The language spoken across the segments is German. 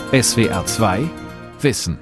SWR 2 Wissen.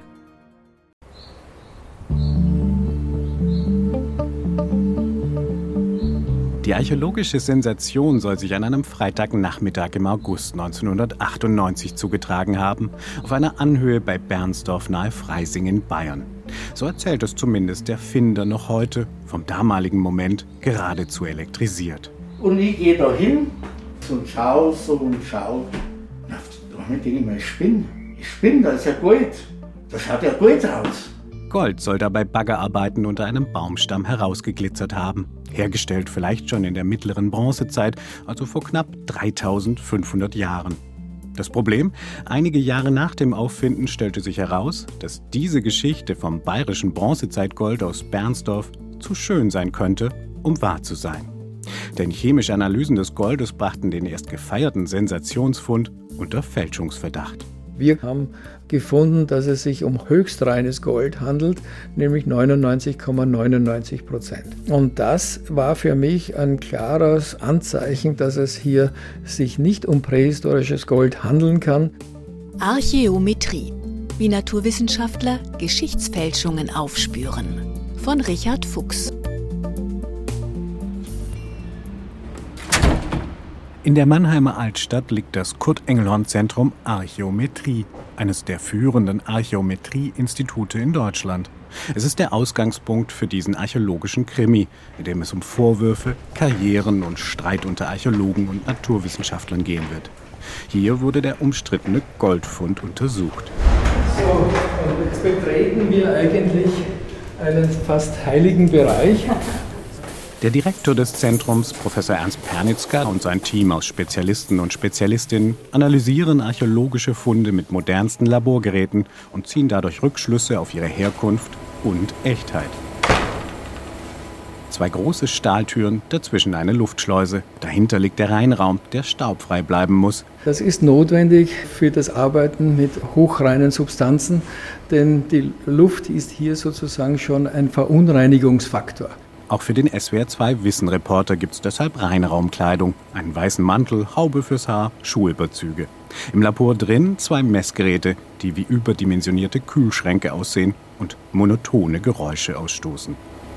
Die archäologische Sensation soll sich an einem Freitagnachmittag im August 1998 zugetragen haben, auf einer Anhöhe bei Bernsdorf nahe Freising in Bayern. So erzählt es zumindest der Finder noch heute, vom damaligen Moment geradezu elektrisiert. Und ich gehe da hin und schaue so und schaue. Da denke ich mir, ich spinne, da ist ja Gold. Das schaut ja Gold aus. Gold soll dabei Baggerarbeiten unter einem Baumstamm herausgeglitzert haben. Hergestellt vielleicht schon in der mittleren Bronzezeit, also vor knapp 3500 Jahren. Das Problem? Einige Jahre nach dem Auffinden stellte sich heraus, dass diese Geschichte vom bayerischen Bronzezeitgold aus Bernsdorf zu schön sein könnte, um wahr zu sein. Denn chemische Analysen des Goldes brachten den erst gefeierten Sensationsfund unter Fälschungsverdacht. Wir haben gefunden, dass es sich um höchst reines Gold handelt, nämlich 99,99%. Und das war für mich ein klares Anzeichen, dass es hier sich nicht um prähistorisches Gold handeln kann. Archäometrie. Wie Naturwissenschaftler Geschichtsfälschungen aufspüren. Von Richard Fuchs. In der Mannheimer Altstadt liegt das Kurt-Engelhorn-Zentrum Archäometrie, eines der führenden Archäometrie-Institute in Deutschland. Es ist der Ausgangspunkt für diesen archäologischen Krimi, in dem es um Vorwürfe, Karrieren und Streit unter Archäologen und Naturwissenschaftlern gehen wird. Hier wurde der umstrittene Goldfund untersucht. So, und jetzt betreten wir eigentlich einen fast heiligen Bereich. Der Direktor des Zentrums, Professor Ernst Pernitzka, und sein Team aus Spezialisten und Spezialistinnen analysieren archäologische Funde mit modernsten Laborgeräten und ziehen dadurch Rückschlüsse auf ihre Herkunft und Echtheit. 2 große Stahltüren, dazwischen eine Luftschleuse. Dahinter liegt der Reinraum, der staubfrei bleiben muss. Das ist notwendig für das Arbeiten mit hochreinen Substanzen, denn die Luft ist hier sozusagen schon ein Verunreinigungsfaktor. Auch für den SWR2 Wissen-Reporter gibt es deshalb Reinraumkleidung, einen weißen Mantel, Haube fürs Haar, Schuhüberzüge. Im Labor drin 2 Messgeräte, die wie überdimensionierte Kühlschränke aussehen und monotone Geräusche ausstoßen.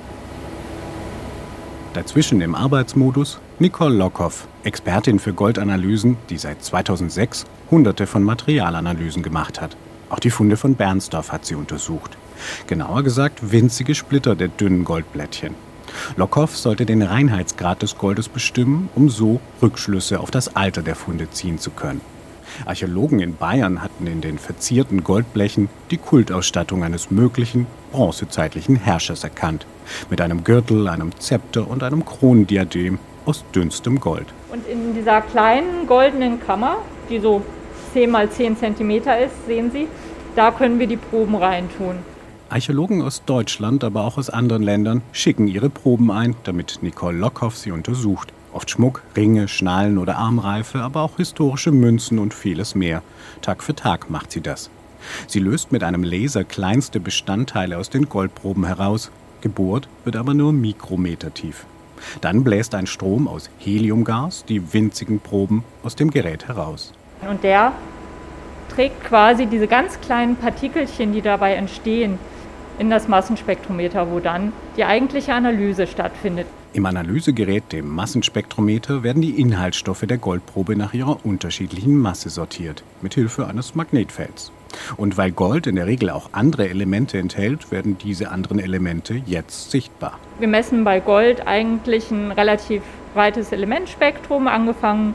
Dazwischen im Arbeitsmodus Nicole Lockhoff, Expertin für Goldanalysen, die seit 2006 Hunderte von Materialanalysen gemacht hat. Auch die Funde von Bernsdorf hat sie untersucht. Genauer gesagt winzige Splitter der dünnen Goldblättchen. Lockhoff sollte den Reinheitsgrad des Goldes bestimmen, um so Rückschlüsse auf das Alter der Funde ziehen zu können. Archäologen in Bayern hatten in den verzierten Goldblechen die Kultausstattung eines möglichen bronzezeitlichen Herrschers erkannt. Mit einem Gürtel, einem Zepter und einem Kronendiadem aus dünnstem Gold. Und in dieser kleinen goldenen Kammer, die so 10 x 10 cm ist, sehen Sie, da können wir die Proben reintun. Archäologen aus Deutschland, aber auch aus anderen Ländern schicken ihre Proben ein, damit Nicole Lockhoff sie untersucht. Oft Schmuck, Ringe, Schnallen oder Armreife, aber auch historische Münzen und vieles mehr. Tag für Tag macht sie das. Sie löst mit einem Laser kleinste Bestandteile aus den Goldproben heraus. Gebohrt wird aber nur mikrometertief. Dann bläst ein Strom aus Heliumgas die winzigen Proben aus dem Gerät heraus. Und der trägt quasi diese ganz kleinen Partikelchen, die dabei entstehen, in das Massenspektrometer, wo dann die eigentliche Analyse stattfindet. Im Analysegerät, dem Massenspektrometer, werden die Inhaltsstoffe der Goldprobe nach ihrer unterschiedlichen Masse sortiert, mithilfe eines Magnetfelds. Und weil Gold in der Regel auch andere Elemente enthält, werden diese anderen Elemente jetzt sichtbar. Wir messen bei Gold eigentlich ein relativ breites Elementspektrum, angefangen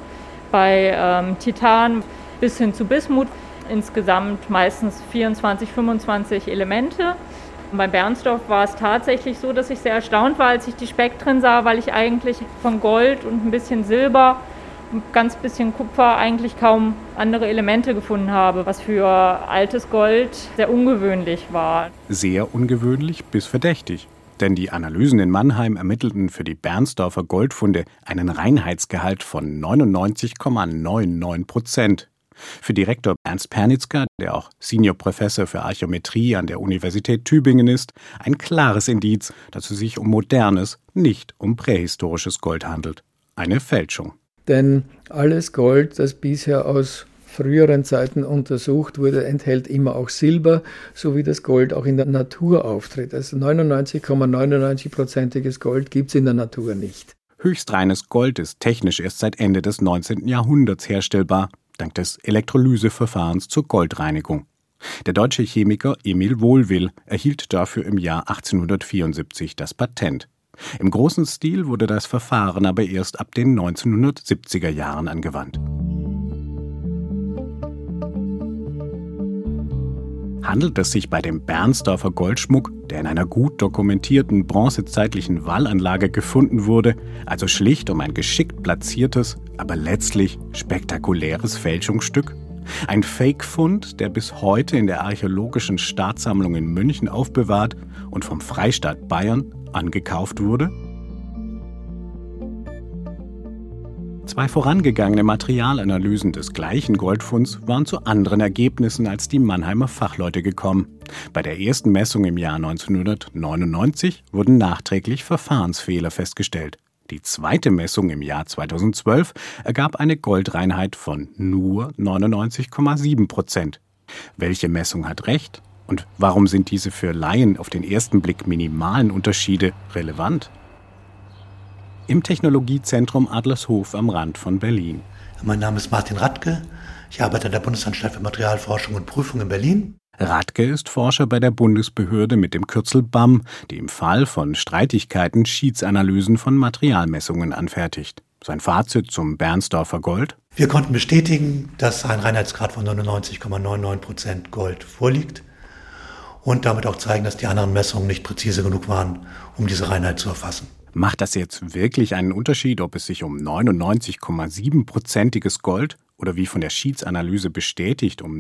bei Titan bis hin zu Bismut. Insgesamt meistens 24, 25 Elemente. Und bei Bernsdorf war es tatsächlich so, dass ich sehr erstaunt war, als ich die Spektren sah, weil ich eigentlich von Gold und ein bisschen Silber, ein ganz bisschen Kupfer eigentlich kaum andere Elemente gefunden habe, was für altes Gold sehr ungewöhnlich war. Sehr ungewöhnlich bis verdächtig. Denn die Analysen in Mannheim ermittelten für die Bernsdorfer Goldfunde einen Reinheitsgehalt von 99,99%. Für Direktor Ernst Pernitzka, der auch Senior Professor für Archäometrie an der Universität Tübingen ist, ein klares Indiz, dass es sich um modernes, nicht um prähistorisches Gold handelt. Eine Fälschung. Denn alles Gold, das bisher aus früheren Zeiten untersucht wurde, enthält immer auch Silber, so wie das Gold auch in der Natur auftritt. Also 99,99%iges Gold gibt es in der Natur nicht. Höchstreines Gold ist technisch erst seit Ende des 19. Jahrhunderts herstellbar, dank des Elektrolyseverfahrens zur Goldreinigung. Der deutsche Chemiker Emil Wohlwill erhielt dafür im Jahr 1874 das Patent. Im großen Stil wurde das Verfahren aber erst ab den 1970er Jahren angewandt. Handelt es sich bei dem Bernsdorfer Goldschmuck, der in einer gut dokumentierten bronzezeitlichen Wallanlage gefunden wurde, also schlicht um ein geschickt platziertes, aber letztlich spektakuläres Fälschungsstück? Ein Fake-Fund, der bis heute in der Archäologischen Staatssammlung in München aufbewahrt und vom Freistaat Bayern angekauft wurde? Zwei vorangegangene Materialanalysen des gleichen Goldfunds waren zu anderen Ergebnissen als die Mannheimer Fachleute gekommen. Bei der ersten Messung im Jahr 1999 wurden nachträglich Verfahrensfehler festgestellt. Die zweite Messung im Jahr 2012 ergab eine Goldreinheit von nur 99,7%. Welche Messung hat recht? Und warum sind diese für Laien auf den ersten Blick minimalen Unterschiede relevant? Im Technologiezentrum Adlershof am Rand von Berlin. Mein Name ist Martin Radke. Ich arbeite an der Bundesanstalt für Materialforschung und Prüfung in Berlin. Radke ist Forscher bei der Bundesbehörde mit dem Kürzel BAM, die im Fall von Streitigkeiten Schiedsanalysen von Materialmessungen anfertigt. Sein Fazit zum Bernsdorfer Gold? Wir konnten bestätigen, dass ein Reinheitsgrad von 99,99% Gold vorliegt und damit auch zeigen, dass die anderen Messungen nicht präzise genug waren, um diese Reinheit zu erfassen. Macht das jetzt wirklich einen Unterschied, ob es sich um 99,7%iges Gold oder wie von der Schiedsanalyse bestätigt um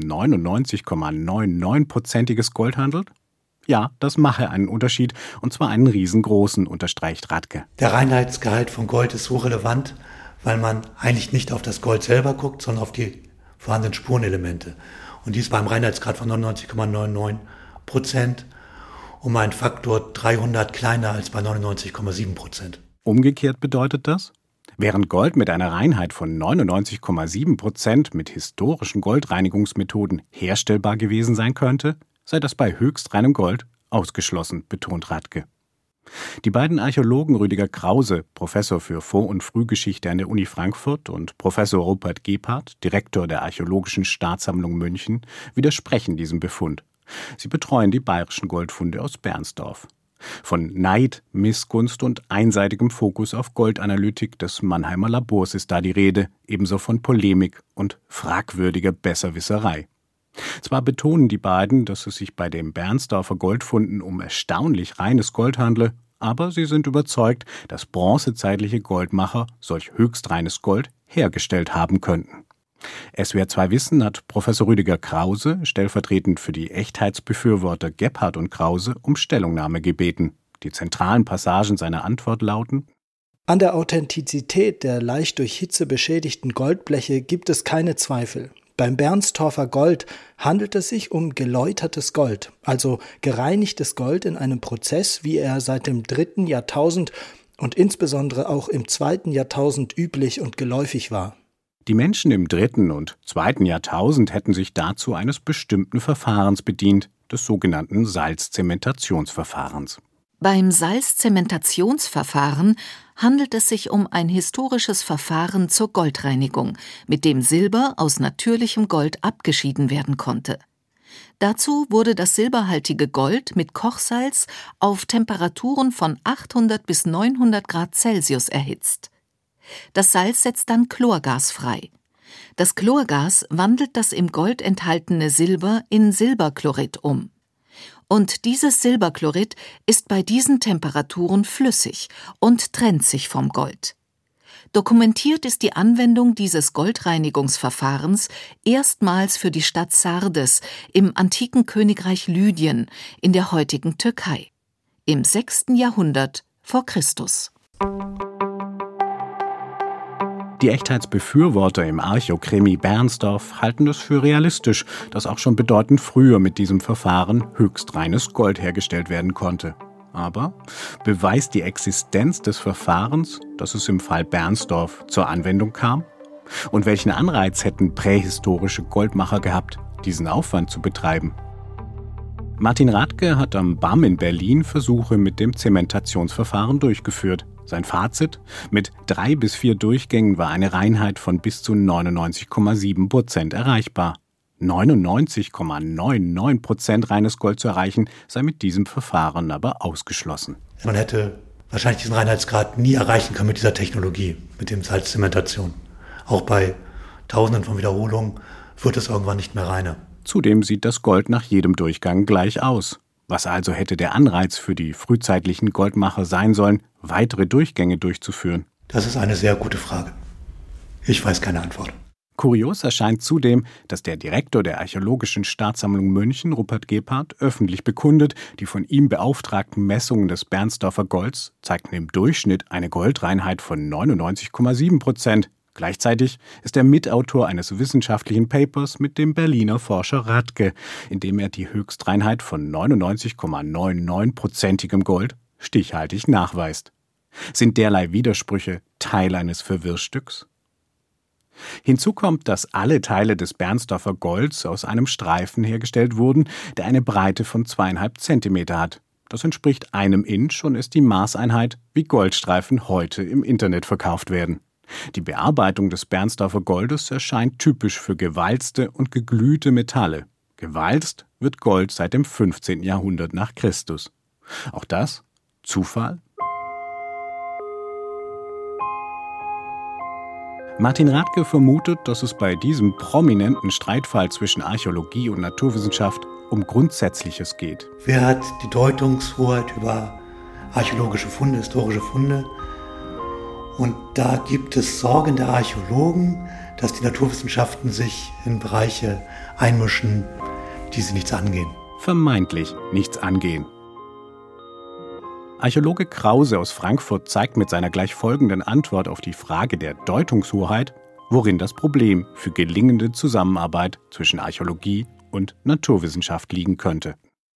99,99%iges Gold handelt? Ja, das mache einen Unterschied, und zwar einen riesengroßen, unterstreicht Radke. Der Reinheitsgehalt von Gold ist so relevant, weil man eigentlich nicht auf das Gold selber guckt, sondern auf die vorhandenen Spurenelemente. Und dies beim Reinheitsgrad von 99,99% um einen Faktor 300 kleiner als bei 99,7%. Umgekehrt bedeutet das, während Gold mit einer Reinheit von 99,7% mit historischen Goldreinigungsmethoden herstellbar gewesen sein könnte, sei das bei höchstreinem Gold ausgeschlossen, betont Radke. Die beiden Archäologen Rüdiger Krause, Professor für Vor- und Frühgeschichte an der Uni Frankfurt, und Professor Rupert Gebhardt, Direktor der Archäologischen Staatssammlung München, widersprechen diesem Befund. Sie betreuen die bayerischen Goldfunde aus Bernsdorf. Von Neid, Missgunst und einseitigem Fokus auf Goldanalytik des Mannheimer Labors ist da die Rede, ebenso von Polemik und fragwürdiger Besserwisserei. Zwar betonen die beiden, dass es sich bei den Bernsdorfer Goldfunden um erstaunlich reines Gold handle, aber sie sind überzeugt, dass bronzezeitliche Goldmacher solch höchstreines Gold hergestellt haben könnten. SWR 2 Wissen hat Professor Rüdiger Krause, stellvertretend für die Echtheitsbefürworter Gebhardt und Krause, um Stellungnahme gebeten. Die zentralen Passagen seiner Antwort lauten: An der Authentizität der leicht durch Hitze beschädigten Goldbleche gibt es keine Zweifel. Beim Bernsdorfer Gold handelt es sich um geläutertes Gold, also gereinigtes Gold in einem Prozess, wie er seit dem 3. Jahrtausend und insbesondere auch im 2. Jahrtausend üblich und geläufig war. Die Menschen im 3. und 2. Jahrtausend hätten sich dazu eines bestimmten Verfahrens bedient, des sogenannten Salzzementationsverfahrens. Beim Salzzementationsverfahren handelt es sich um ein historisches Verfahren zur Goldreinigung, mit dem Silber aus natürlichem Gold abgeschieden werden konnte. Dazu wurde das silberhaltige Gold mit Kochsalz auf Temperaturen von 800 bis 900 Grad Celsius erhitzt. Das Salz setzt dann Chlorgas frei. Das Chlorgas wandelt das im Gold enthaltene Silber in Silberchlorid um. Und dieses Silberchlorid ist bei diesen Temperaturen flüssig und trennt sich vom Gold. Dokumentiert ist die Anwendung dieses Goldreinigungsverfahrens erstmals für die Stadt Sardes im antiken Königreich Lydien in der heutigen Türkei im 6. Jahrhundert vor Christus. Die Echtheitsbefürworter im Archäokrimi Bernsdorf halten es für realistisch, dass auch schon bedeutend früher mit diesem Verfahren höchstreines Gold hergestellt werden konnte. Aber beweist die Existenz des Verfahrens, dass es im Fall Bernsdorf zur Anwendung kam? Und welchen Anreiz hätten prähistorische Goldmacher gehabt, diesen Aufwand zu betreiben? Martin Rathke hat am BAM in Berlin Versuche mit dem Zementationsverfahren durchgeführt. Sein Fazit: Mit 3 bis 4 Durchgängen war eine Reinheit von bis zu 99,7% erreichbar. 99,99% reines Gold zu erreichen, sei mit diesem Verfahren aber ausgeschlossen. Man hätte wahrscheinlich diesen Reinheitsgrad nie erreichen können mit dieser Technologie, mit dem Salzzementation. Auch bei Tausenden von Wiederholungen wird es irgendwann nicht mehr reiner. Zudem sieht das Gold nach jedem Durchgang gleich aus. Was also hätte der Anreiz für die frühzeitlichen Goldmacher sein sollen, weitere Durchgänge durchzuführen? Das ist eine sehr gute Frage. Ich weiß keine Antwort. Kurios erscheint zudem, dass der Direktor der Archäologischen Staatssammlung München, Rupert Gebhardt, öffentlich bekundet, die von ihm beauftragten Messungen des Bernsdorfer Golds zeigten im Durchschnitt eine Goldreinheit von 99,7%. Gleichzeitig ist er Mitautor eines wissenschaftlichen Papers mit dem Berliner Forscher Rathke, in dem er die Höchstreinheit von 99,99%igem Gold stichhaltig nachweist. Sind derlei Widersprüche Teil eines Verwirrstücks? Hinzu kommt, dass alle Teile des Bernsdorfer Golds aus einem Streifen hergestellt wurden, der eine Breite von 2,5 Zentimeter hat. Das entspricht einem Inch und ist die Maßeinheit, wie Goldstreifen heute im Internet verkauft werden. Die Bearbeitung des Bernsdorfer Goldes erscheint typisch für gewalzte und geglühte Metalle. Gewalzt wird Gold seit dem 15. Jahrhundert nach Christus. Auch das Zufall? Martin Rathke vermutet, dass es bei diesem prominenten Streitfall zwischen Archäologie und Naturwissenschaft um Grundsätzliches geht. Wer hat die Deutungshoheit über archäologische Funde, historische Funde? Und da gibt es Sorgen der Archäologen, dass die Naturwissenschaften sich in Bereiche einmischen, die sie nichts angehen. Vermeintlich nichts angehen. Archäologe Krause aus Frankfurt zeigt mit seiner gleich folgenden Antwort auf die Frage der Deutungshoheit, worin das Problem für gelingende Zusammenarbeit zwischen Archäologie und Naturwissenschaft liegen könnte.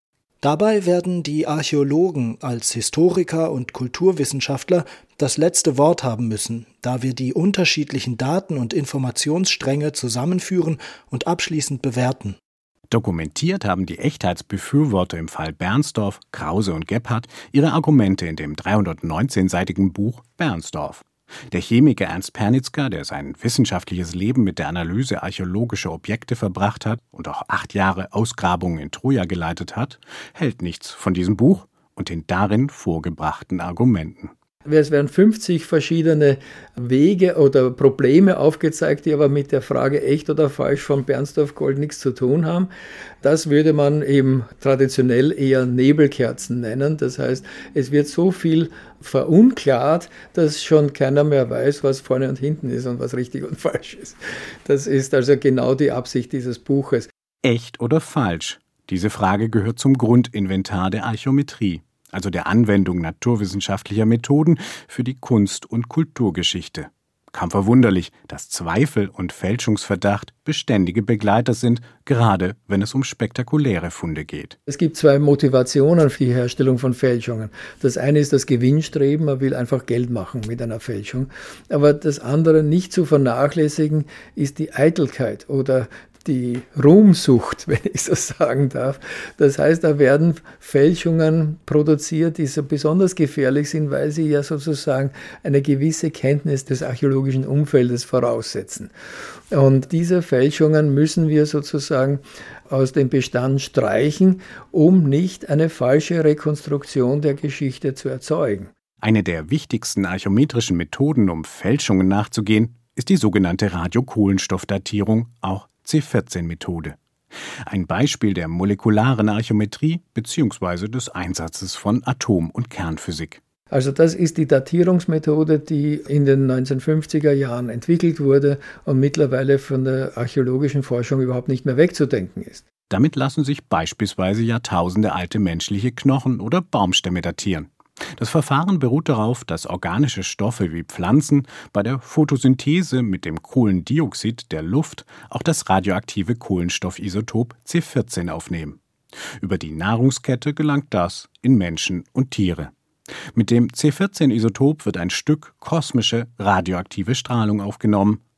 Dabei werden die Archäologen als Historiker und Kulturwissenschaftler das letzte Wort haben müssen, da wir die unterschiedlichen Daten- und Informationsstränge zusammenführen und abschließend bewerten. Dokumentiert haben die Echtheitsbefürworter im Fall Bernsdorf, Krause und Gebhardt ihre Argumente in dem 319-seitigen Buch Bernsdorf. Der Chemiker Ernst Pernitzka, der sein wissenschaftliches Leben mit der Analyse archäologischer Objekte verbracht hat und auch 8 Jahre Ausgrabungen in Troja geleitet hat, hält nichts von diesem Buch und den darin vorgebrachten Argumenten. Es werden 50 verschiedene Wege oder Probleme aufgezeigt, die aber mit der Frage echt oder falsch von Bernsdorf Gold nichts zu tun haben. Das würde man eben traditionell eher Nebelkerzen nennen. Das heißt, es wird so viel verunklart, dass schon keiner mehr weiß, was vorne und hinten ist und was richtig und falsch ist. Das ist also genau die Absicht dieses Buches. Echt oder falsch? Diese Frage gehört zum Grundinventar der Archäometrie, also der Anwendung naturwissenschaftlicher Methoden für die Kunst- und Kulturgeschichte. Kaum verwunderlich, dass Zweifel und Fälschungsverdacht beständige Begleiter sind, gerade wenn es um spektakuläre Funde geht. Es gibt 2 Motivationen für die Herstellung von Fälschungen. Das eine ist das Gewinnstreben, man will einfach Geld machen mit einer Fälschung. Aber das andere, nicht zu vernachlässigen, ist die Eitelkeit oder die Ruhmsucht, wenn ich so sagen darf. Das heißt, da werden Fälschungen produziert, die so besonders gefährlich sind, weil sie ja sozusagen eine gewisse Kenntnis des archäologischen Umfeldes voraussetzen. Und diese Fälschungen müssen wir sozusagen aus dem Bestand streichen, um nicht eine falsche Rekonstruktion der Geschichte zu erzeugen. Eine der wichtigsten archäometrischen Methoden, um Fälschungen nachzugehen, ist die sogenannte Radiokohlenstoffdatierung, auch C14-Methode. Ein Beispiel der molekularen Archäometrie bzw. des Einsatzes von Atom- und Kernphysik. Also das ist die Datierungsmethode, die in den 1950er Jahren entwickelt wurde und mittlerweile von der archäologischen Forschung überhaupt nicht mehr wegzudenken ist. Damit lassen sich beispielsweise Jahrtausende alte menschliche Knochen oder Baumstämme datieren. Das Verfahren beruht darauf, dass organische Stoffe wie Pflanzen bei der Photosynthese mit dem Kohlendioxid der Luft auch das radioaktive Kohlenstoffisotop C14 aufnehmen. Über die Nahrungskette gelangt das in Menschen und Tiere. Mit dem C14-Isotop wird ein Stück kosmische radioaktive Strahlung aufgenommen,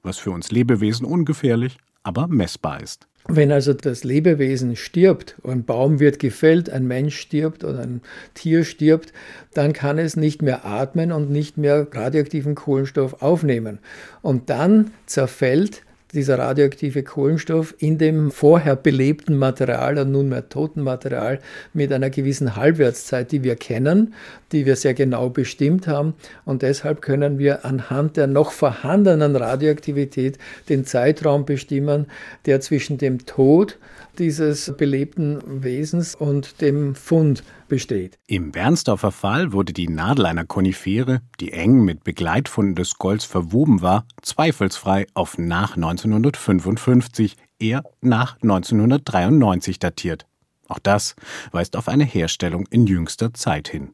was für uns Lebewesen ungefährlich, aber messbar ist. Wenn also das Lebewesen stirbt, ein Baum wird gefällt, ein Mensch stirbt oder ein Tier stirbt, dann kann es nicht mehr atmen und nicht mehr radioaktiven Kohlenstoff aufnehmen. Und dann zerfällt dieser radioaktive Kohlenstoff in dem vorher belebten Material und nunmehr toten Material mit einer gewissen Halbwertszeit, die wir kennen, die wir sehr genau bestimmt haben. Und deshalb können wir anhand der noch vorhandenen Radioaktivität den Zeitraum bestimmen, der zwischen dem Tod dieses belebten Wesens und dem Fund besteht. Im Bernsdorfer Fall wurde die Nadel einer Konifere, die eng mit Begleitfunden des Golds verwoben war, zweifelsfrei auf nach 1955, eher nach 1993 datiert. Auch das weist auf eine Herstellung in jüngster Zeit hin.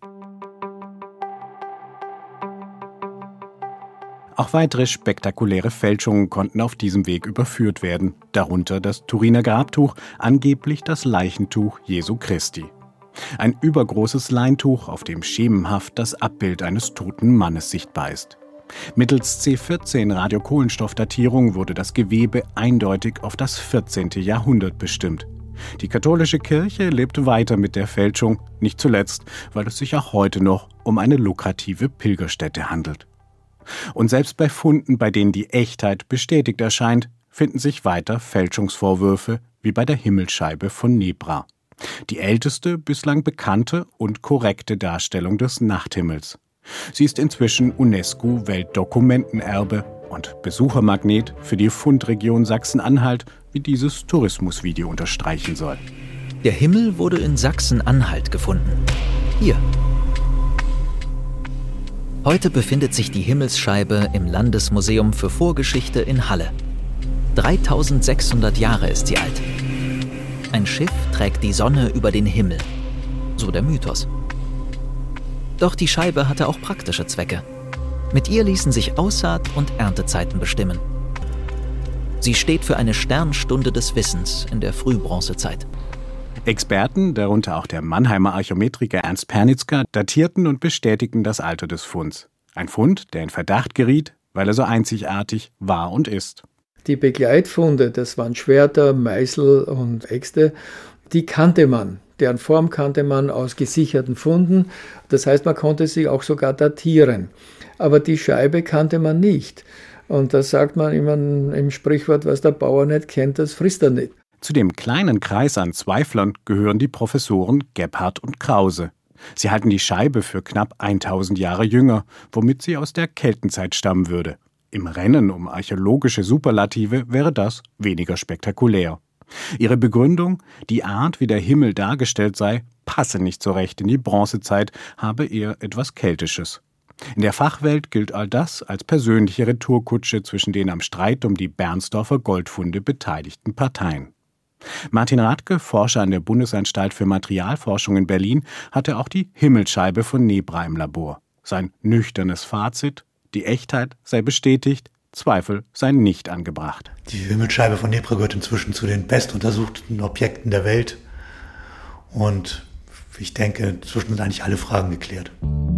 Auch weitere spektakuläre Fälschungen konnten auf diesem Weg überführt werden, darunter das Turiner Grabtuch, angeblich das Leichentuch Jesu Christi. Ein übergroßes Leintuch, auf dem schemenhaft das Abbild eines toten Mannes sichtbar ist. Mittels C14-Radiokohlenstoffdatierung wurde das Gewebe eindeutig auf das 14. Jahrhundert bestimmt. Die katholische Kirche lebt weiter mit der Fälschung, nicht zuletzt, weil es sich auch heute noch um eine lukrative Pilgerstätte handelt. Und selbst bei Funden, bei denen die Echtheit bestätigt erscheint, finden sich weiter Fälschungsvorwürfe, wie bei der Himmelsscheibe von Nebra. Die älteste bislang bekannte und korrekte Darstellung des Nachthimmels. Sie ist inzwischen UNESCO-Weltdokumentenerbe und Besuchermagnet für die Fundregion Sachsen-Anhalt, wie dieses Tourismusvideo unterstreichen soll. Der Himmel wurde in Sachsen-Anhalt gefunden. Hier. Heute befindet sich die Himmelsscheibe im Landesmuseum für Vorgeschichte in Halle. 3600 Jahre ist sie alt. Ein Schiff trägt die Sonne über den Himmel. So der Mythos. Doch die Scheibe hatte auch praktische Zwecke. Mit ihr ließen sich Aussaat- und Erntezeiten bestimmen. Sie steht für eine Sternstunde des Wissens in der Frühbronzezeit. Experten, darunter auch der Mannheimer Archäometriker Ernst Pernitzka, datierten und bestätigten das Alter des Funds. Ein Fund, der in Verdacht geriet, weil er so einzigartig war und ist. Die Begleitfunde, das waren Schwerter, Meißel und Äxte, die kannte man. Deren Form kannte man aus gesicherten Funden. Das heißt, man konnte sie auch sogar datieren. Aber die Scheibe kannte man nicht. Und das sagt man immer im Sprichwort, was der Bauer nicht kennt, das frisst er nicht. Zu dem kleinen Kreis an Zweiflern gehören die Professoren Gebhardt und Krause. Sie halten die Scheibe für knapp 1000 Jahre jünger, womit sie aus der Keltenzeit stammen würde. Im Rennen um archäologische Superlative wäre das weniger spektakulär. Ihre Begründung, die Art, wie der Himmel dargestellt sei, passe nicht so recht in die Bronzezeit, habe eher etwas Keltisches. In der Fachwelt gilt all das als persönliche Retourkutsche zwischen den am Streit um die Bernsdorfer Goldfunde beteiligten Parteien. Martin Radke, Forscher an der Bundesanstalt für Materialforschung in Berlin, hatte auch die Himmelsscheibe von Nebra im Labor. Sein nüchternes Fazit: Die Echtheit sei bestätigt, Zweifel seien nicht angebracht. Die Himmelsscheibe von Nebra gehört inzwischen zu den bestuntersuchten Objekten der Welt. Und ich denke, inzwischen sind eigentlich alle Fragen geklärt.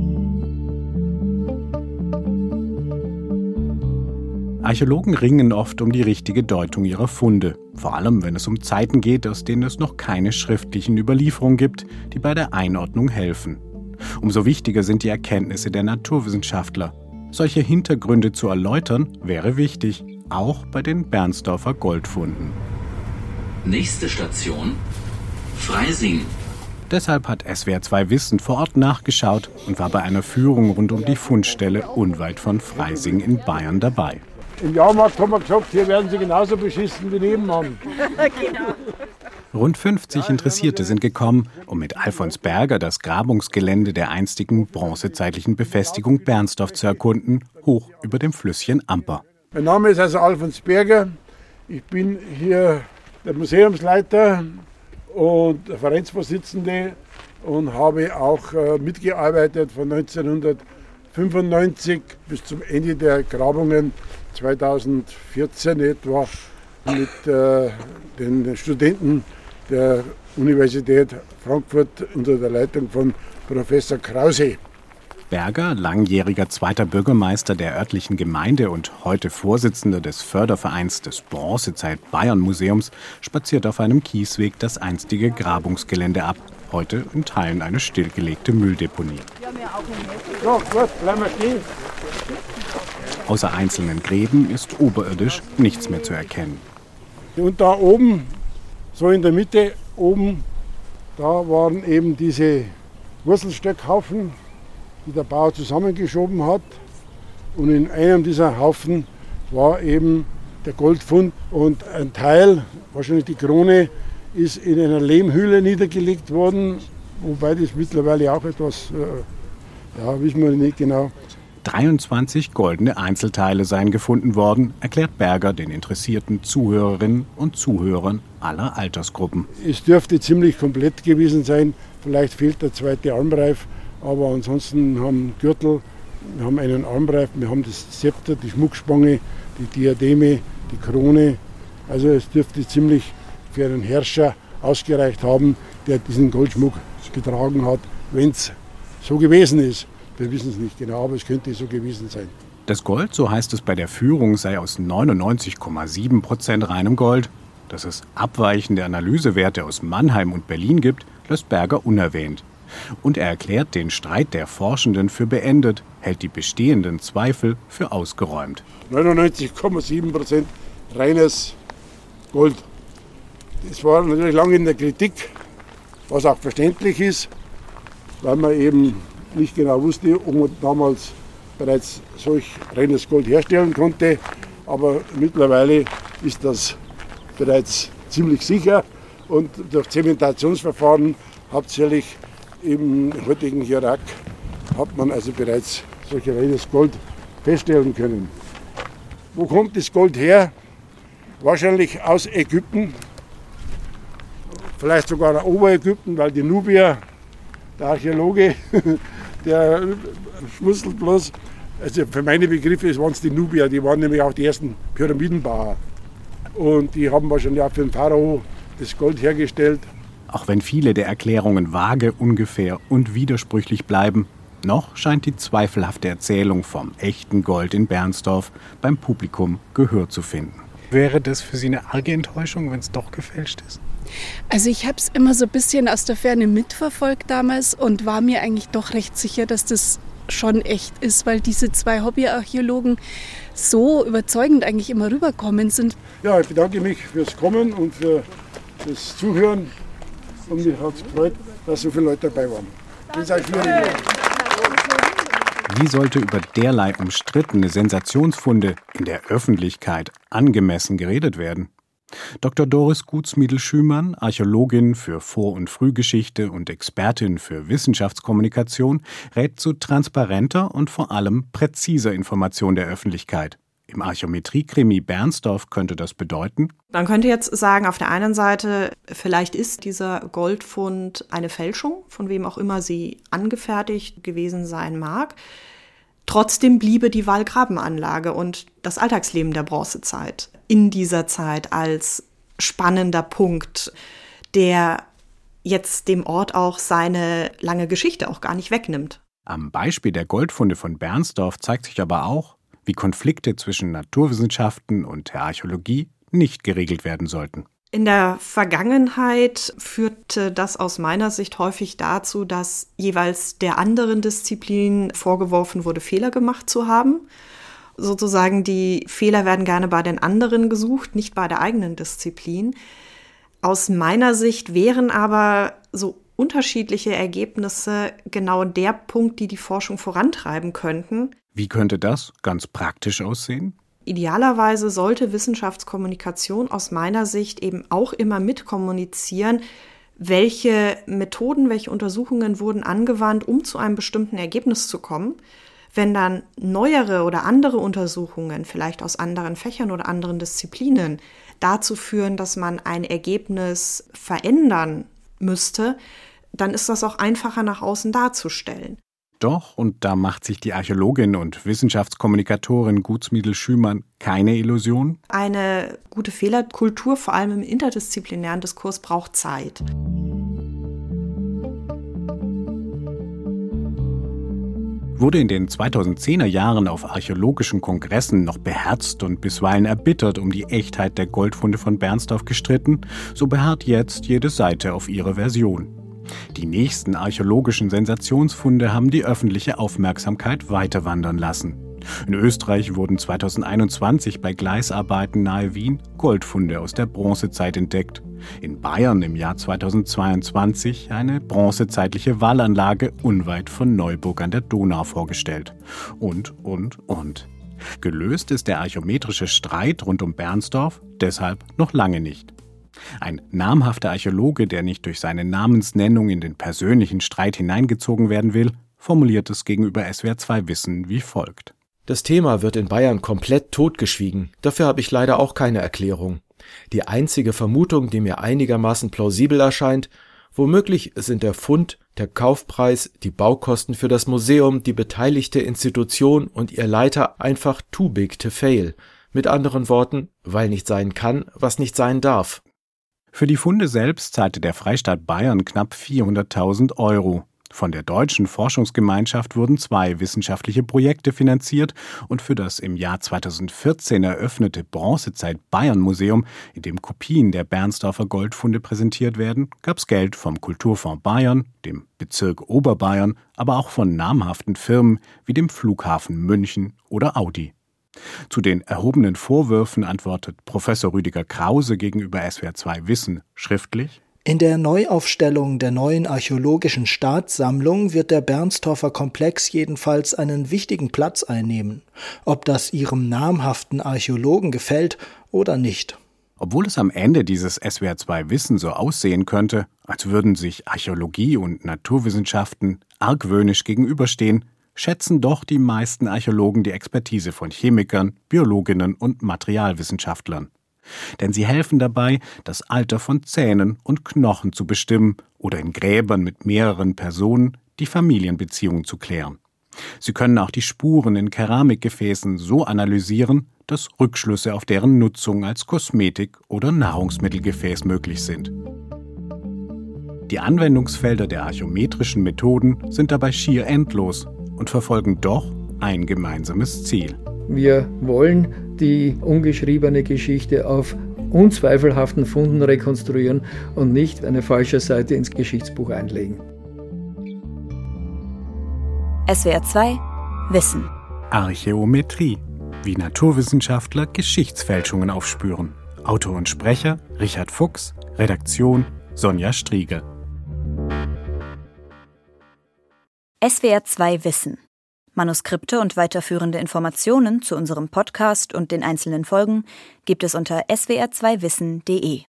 Archäologen ringen oft um die richtige Deutung ihrer Funde, vor allem wenn es um Zeiten geht, aus denen es noch keine schriftlichen Überlieferungen gibt, die bei der Einordnung helfen. Umso wichtiger sind die Erkenntnisse der Naturwissenschaftler. Solche Hintergründe zu erläutern, wäre wichtig, auch bei den Bernsdorfer Goldfunden. Nächste Station: Freising. Deshalb hat SWR2 Wissen vor Ort nachgeschaut und war bei einer Führung rund um die Fundstelle unweit von Freising in Bayern dabei. Im Jahrmarkt haben wir gesagt, hier werden sie genauso beschissen wie nebenan. Genau. Rund 50 Interessierte sind gekommen, um mit Alfons Berger das Grabungsgelände der einstigen bronzezeitlichen Befestigung Bernsdorf zu erkunden, hoch über dem Flüsschen Amper. Mein Name ist also Alfons Berger. Ich bin hier der Museumsleiter und der Vereinsvorsitzende und habe auch mitgearbeitet von 1995 bis zum Ende der Grabungen 2014 etwa mit den Studenten der Universität Frankfurt unter der Leitung von Professor Krause. Berger, langjähriger zweiter Bürgermeister der örtlichen Gemeinde und heute Vorsitzender des Fördervereins des Bronzezeit-Bayern-Museums, spaziert auf einem Kiesweg das einstige Grabungsgelände ab. Heute in Teilen eine stillgelegte Mülldeponie. So, gut, bleiben wir stehen. Außer einzelnen Gräben ist oberirdisch nichts mehr zu erkennen. Und da oben, so in der Mitte, oben, da waren eben diese Wurzelstöckhaufen, die der Bauer zusammengeschoben hat. Und in einem dieser Haufen war eben der Goldfund. Und ein Teil, wahrscheinlich die Krone, ist in einer Lehmhülle niedergelegt worden. Wobei das mittlerweile auch etwas, wissen wir nicht genau. 23 goldene Einzelteile seien gefunden worden, erklärt Berger den interessierten Zuhörerinnen und Zuhörern aller Altersgruppen. Es dürfte ziemlich komplett gewesen sein. Vielleicht fehlt der zweite Armreif, aber ansonsten haben Gürtel, wir haben einen Armreif, wir haben das Zepter, die Schmuckspange, die Diademe, die Krone. Also es dürfte ziemlich für einen Herrscher ausgereicht haben, der diesen Goldschmuck getragen hat, wenn es so gewesen ist. Wir wissen es nicht genau, aber es könnte so gewesen sein. Das Gold, so heißt es bei der Führung, sei aus 99,7% reinem Gold. Dass es abweichende Analysewerte aus Mannheim und Berlin gibt, lässt Berger unerwähnt. Und er erklärt den Streit der Forschenden für beendet, hält die bestehenden Zweifel für ausgeräumt. 99,7% reines Gold. Das war natürlich lange in der Kritik, was auch verständlich ist, weil man eben nicht genau wusste, ob man damals bereits solch reines Gold herstellen konnte. Aber mittlerweile ist das bereits ziemlich sicher und durch Zementationsverfahren, hauptsächlich im heutigen Irak, hat man also bereits solch reines Gold feststellen können. Wo kommt das Gold her? Wahrscheinlich aus Ägypten, vielleicht sogar Oberägypten, weil die Nubier, der Archäologe, der schmutzelt bloß. Also für meine Begriffe waren es die Nubier, die waren nämlich auch die ersten Pyramidenbauer. Und die haben wahrscheinlich auch für den Pharao das Gold hergestellt. Auch wenn viele der Erklärungen vage, ungefähr und widersprüchlich bleiben, noch scheint die zweifelhafte Erzählung vom echten Gold in Bernsdorf beim Publikum Gehör zu finden. Wäre das für Sie eine arge Enttäuschung, wenn es doch gefälscht ist? Also ich habe es immer so ein bisschen aus der Ferne mitverfolgt damals und war mir eigentlich doch recht sicher, dass das schon echt ist, weil diese zwei Hobbyarchäologen so überzeugend eigentlich immer rüberkommen sind. Ja, ich bedanke mich fürs Kommen und für das Zuhören und mich hat es gefreut, dass so viele Leute dabei waren. Wie sollte über derlei umstrittene Sensationsfunde in der Öffentlichkeit angemessen geredet werden? Dr. Doris Gutsmiedl-Schümann, Archäologin für Vor- und Frühgeschichte und Expertin für Wissenschaftskommunikation, rät zu transparenter und vor allem präziser Information der Öffentlichkeit. Im Archäometrie-Krimi Bernsdorf könnte das bedeuten: Man könnte jetzt sagen, auf der einen Seite, vielleicht ist dieser Goldfund eine Fälschung, von wem auch immer sie angefertigt gewesen sein mag. Trotzdem bliebe die Wallgrabenanlage und das Alltagsleben der Bronzezeit in dieser Zeit als spannender Punkt, der jetzt dem Ort auch seine lange Geschichte auch gar nicht wegnimmt. Am Beispiel der Goldfunde von Bernsdorf zeigt sich aber auch, wie Konflikte zwischen Naturwissenschaften und der Archäologie nicht geregelt werden sollten. In der Vergangenheit führte das aus meiner Sicht häufig dazu, dass jeweils der anderen Disziplin vorgeworfen wurde, Fehler gemacht zu haben. Sozusagen die Fehler werden gerne bei den anderen gesucht, nicht bei der eigenen Disziplin. Aus meiner Sicht wären aber so unterschiedliche Ergebnisse genau der Punkt, die die Forschung vorantreiben könnten. Wie könnte das ganz praktisch aussehen? Idealerweise sollte Wissenschaftskommunikation aus meiner Sicht eben auch immer mitkommunizieren, welche Methoden, welche Untersuchungen wurden angewandt, um zu einem bestimmten Ergebnis zu kommen. Wenn dann neuere oder andere Untersuchungen, vielleicht aus anderen Fächern oder anderen Disziplinen, dazu führen, dass man ein Ergebnis verändern müsste, dann ist das auch einfacher nach außen darzustellen. Doch, und da macht sich die Archäologin und Wissenschaftskommunikatorin Gutsmiedl-Schümann keine Illusion. Eine gute Fehlerkultur, vor allem im interdisziplinären Diskurs, braucht Zeit. Wurde in den 2010er Jahren auf archäologischen Kongressen noch beherzt und bisweilen erbittert um die Echtheit der Goldfunde von Bernstorff gestritten, so beharrt jetzt jede Seite auf ihre Version. Die nächsten archäologischen Sensationsfunde haben die öffentliche Aufmerksamkeit weiterwandern lassen. In Österreich wurden 2021 bei Gleisarbeiten nahe Wien Goldfunde aus der Bronzezeit entdeckt. In Bayern im Jahr 2022 eine bronzezeitliche Wallanlage unweit von Neuburg an der Donau vorgestellt. Und. Gelöst ist der archäometrische Streit rund um Bernstorff deshalb noch lange nicht. Ein namhafter Archäologe, der nicht durch seine Namensnennung in den persönlichen Streit hineingezogen werden will, formuliert es gegenüber SWR 2 Wissen wie folgt. Das Thema wird in Bayern komplett totgeschwiegen. Dafür habe ich leider auch keine Erklärung. Die einzige Vermutung, die mir einigermaßen plausibel erscheint, womöglich sind der Fund, der Kaufpreis, die Baukosten für das Museum, die beteiligte Institution und ihr Leiter einfach too big to fail. Mit anderen Worten, weil nicht sein kann, was nicht sein darf. Für die Funde selbst zahlte der Freistaat Bayern knapp 400.000 €. Von der Deutschen Forschungsgemeinschaft wurden 2 wissenschaftliche Projekte finanziert und für das im Jahr 2014 eröffnete Bronzezeit-Bayern-Museum, in dem Kopien der Bernstorffer Goldfunde präsentiert werden, gab es Geld vom Kulturfonds Bayern, dem Bezirk Oberbayern, aber auch von namhaften Firmen wie dem Flughafen München oder Audi. Zu den erhobenen Vorwürfen antwortet Professor Rüdiger Krause gegenüber SWR 2 Wissen schriftlich: In der Neuaufstellung der neuen archäologischen Staatssammlung wird der Bernstorffer Komplex jedenfalls einen wichtigen Platz einnehmen, ob das Ihrem namhaften Archäologen gefällt oder nicht. Obwohl es am Ende dieses SWR 2 Wissen so aussehen könnte, als würden sich Archäologie und Naturwissenschaften argwöhnisch gegenüberstehen, schätzen doch die meisten Archäologen die Expertise von Chemikern, Biologinnen und Materialwissenschaftlern. Denn sie helfen dabei, das Alter von Zähnen und Knochen zu bestimmen oder in Gräbern mit mehreren Personen die Familienbeziehungen zu klären. Sie können auch die Spuren in Keramikgefäßen so analysieren, dass Rückschlüsse auf deren Nutzung als Kosmetik- oder Nahrungsmittelgefäß möglich sind. Die Anwendungsfelder der archäometrischen Methoden sind dabei schier endlos und verfolgen doch ein gemeinsames Ziel. Wir wollen die ungeschriebene Geschichte auf unzweifelhaften Funden rekonstruieren und nicht eine falsche Seite ins Geschichtsbuch einlegen. SWR 2 Wissen. Archäometrie. Wie Naturwissenschaftler Geschichtsfälschungen aufspüren. Autor und Sprecher Richard Fuchs, Redaktion Sonja Striegel. SWR 2 Wissen. Manuskripte und weiterführende Informationen zu unserem Podcast und den einzelnen Folgen gibt es unter swr2wissen.de.